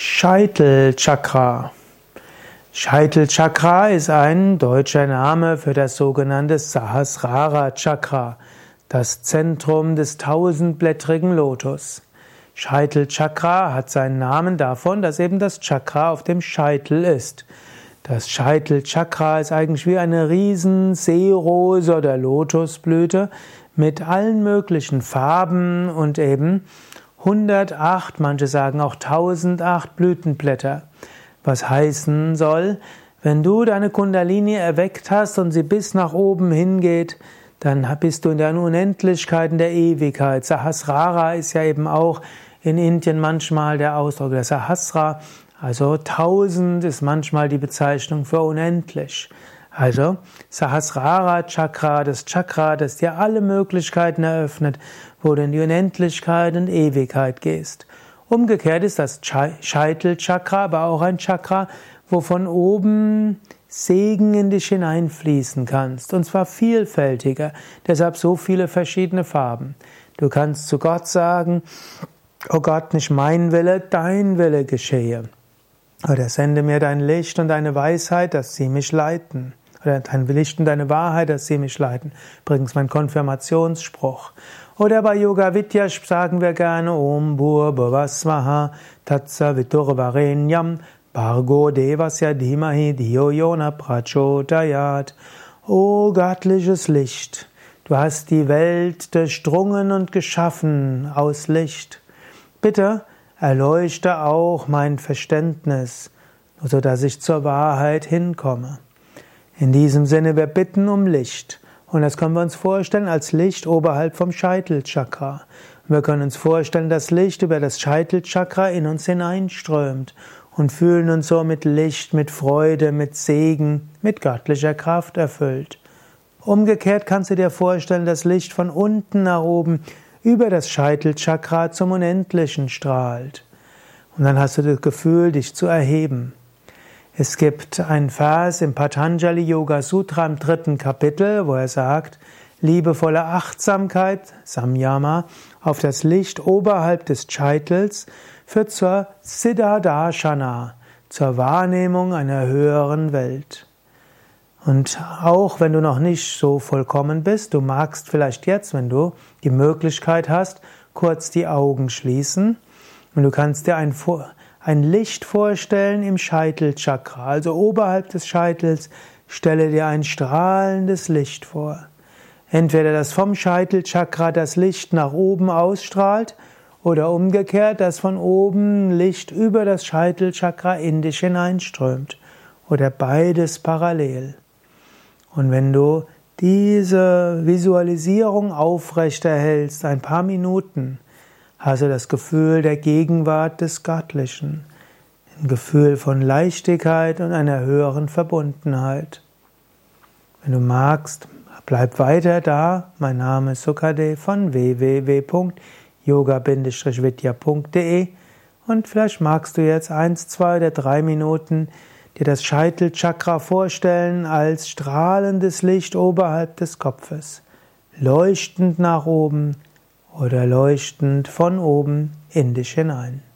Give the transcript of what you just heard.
Scheitelchakra. Scheitelchakra ist ein deutscher Name für das sogenannte Sahasrara Chakra, das Zentrum des tausendblättrigen Lotus. Scheitelchakra hat seinen Namen davon, dass eben das Chakra auf dem Scheitel ist. Das Scheitelchakra ist eigentlich wie eine riesen Seerose oder Lotusblüte mit allen möglichen Farben und eben 108, manche sagen auch 1008 Blütenblätter. Was heißen soll, wenn du deine Kundalini erweckt hast und sie bis nach oben hingeht, dann bist du in der Unendlichkeit, in der Ewigkeit. Sahasrara ist ja eben auch in Indien manchmal der Ausdruck der Sahasra. Also 1000 ist manchmal die Bezeichnung für unendlich. Also Sahasrara Chakra, das Chakra, das dir alle Möglichkeiten eröffnet, wo du in die Unendlichkeit und Ewigkeit gehst. Umgekehrt ist das Scheitelchakra aber auch ein Chakra, wo von oben Segen in dich hineinfließen kannst. Und zwar vielfältiger, deshalb so viele verschiedene Farben. Du kannst zu Gott sagen, oh Gott, nicht mein Wille, dein Wille geschehe. Oder sende mir dein Licht und deine Weisheit, dass sie mich leiten. Oder dein Licht und deine Wahrheit, dass sie mich leiten. Übrigens mein Konfirmationsspruch. Oder bei Yoga Vidya sagen wir gerne Om Bhurvasvaha Tatsaviturvarenyam Bhargo Devasya Dhimahi Dhiyo Yona Prachodayat. O göttliches Licht, du hast die Welt durchdrungen und geschaffen aus Licht. Bitte erleuchte auch mein Verständnis, so dass ich zur Wahrheit hinkomme. In diesem Sinne, wir bitten um Licht. Und das können wir uns vorstellen als Licht oberhalb vom Scheitelchakra. Wir können uns vorstellen, dass Licht über das Scheitelchakra in uns hineinströmt und fühlen uns so mit Licht, mit Freude, mit Segen, mit göttlicher Kraft erfüllt. Umgekehrt kannst du dir vorstellen, dass Licht von unten nach oben über das Scheitelchakra zum Unendlichen strahlt. Und dann hast du das Gefühl, dich zu erheben. Es gibt einen Vers im Patanjali Yoga Sutra im 3. Kapitel, wo er sagt, liebevolle Achtsamkeit, Samyama, auf das Licht oberhalb des Scheitels führt zur Siddhadarshana, zur Wahrnehmung einer höheren Welt. Und auch wenn du noch nicht so vollkommen bist, du magst vielleicht jetzt, wenn du die Möglichkeit hast, kurz die Augen schließen und du kannst dir ein Licht vorstellen im Scheitelchakra, also oberhalb des Scheitels, stelle dir ein strahlendes Licht vor. Entweder das vom Scheitelchakra das Licht nach oben ausstrahlt oder umgekehrt, dass von oben Licht über das Scheitelchakra in dich hineinströmt oder beides parallel. Und wenn du diese Visualisierung aufrechterhältst, ein paar Minuten, hast du das Gefühl der Gegenwart des Göttlichen, ein Gefühl von Leichtigkeit und einer höheren Verbundenheit. Wenn du magst, bleib weiter da. Mein Name ist Sukadev von www.yoga-vidya.de und vielleicht magst du jetzt 1, 2 oder 3 Minuten dir das Scheitelchakra vorstellen als strahlendes Licht oberhalb des Kopfes, leuchtend nach oben oder leuchtend von oben in dich hinein.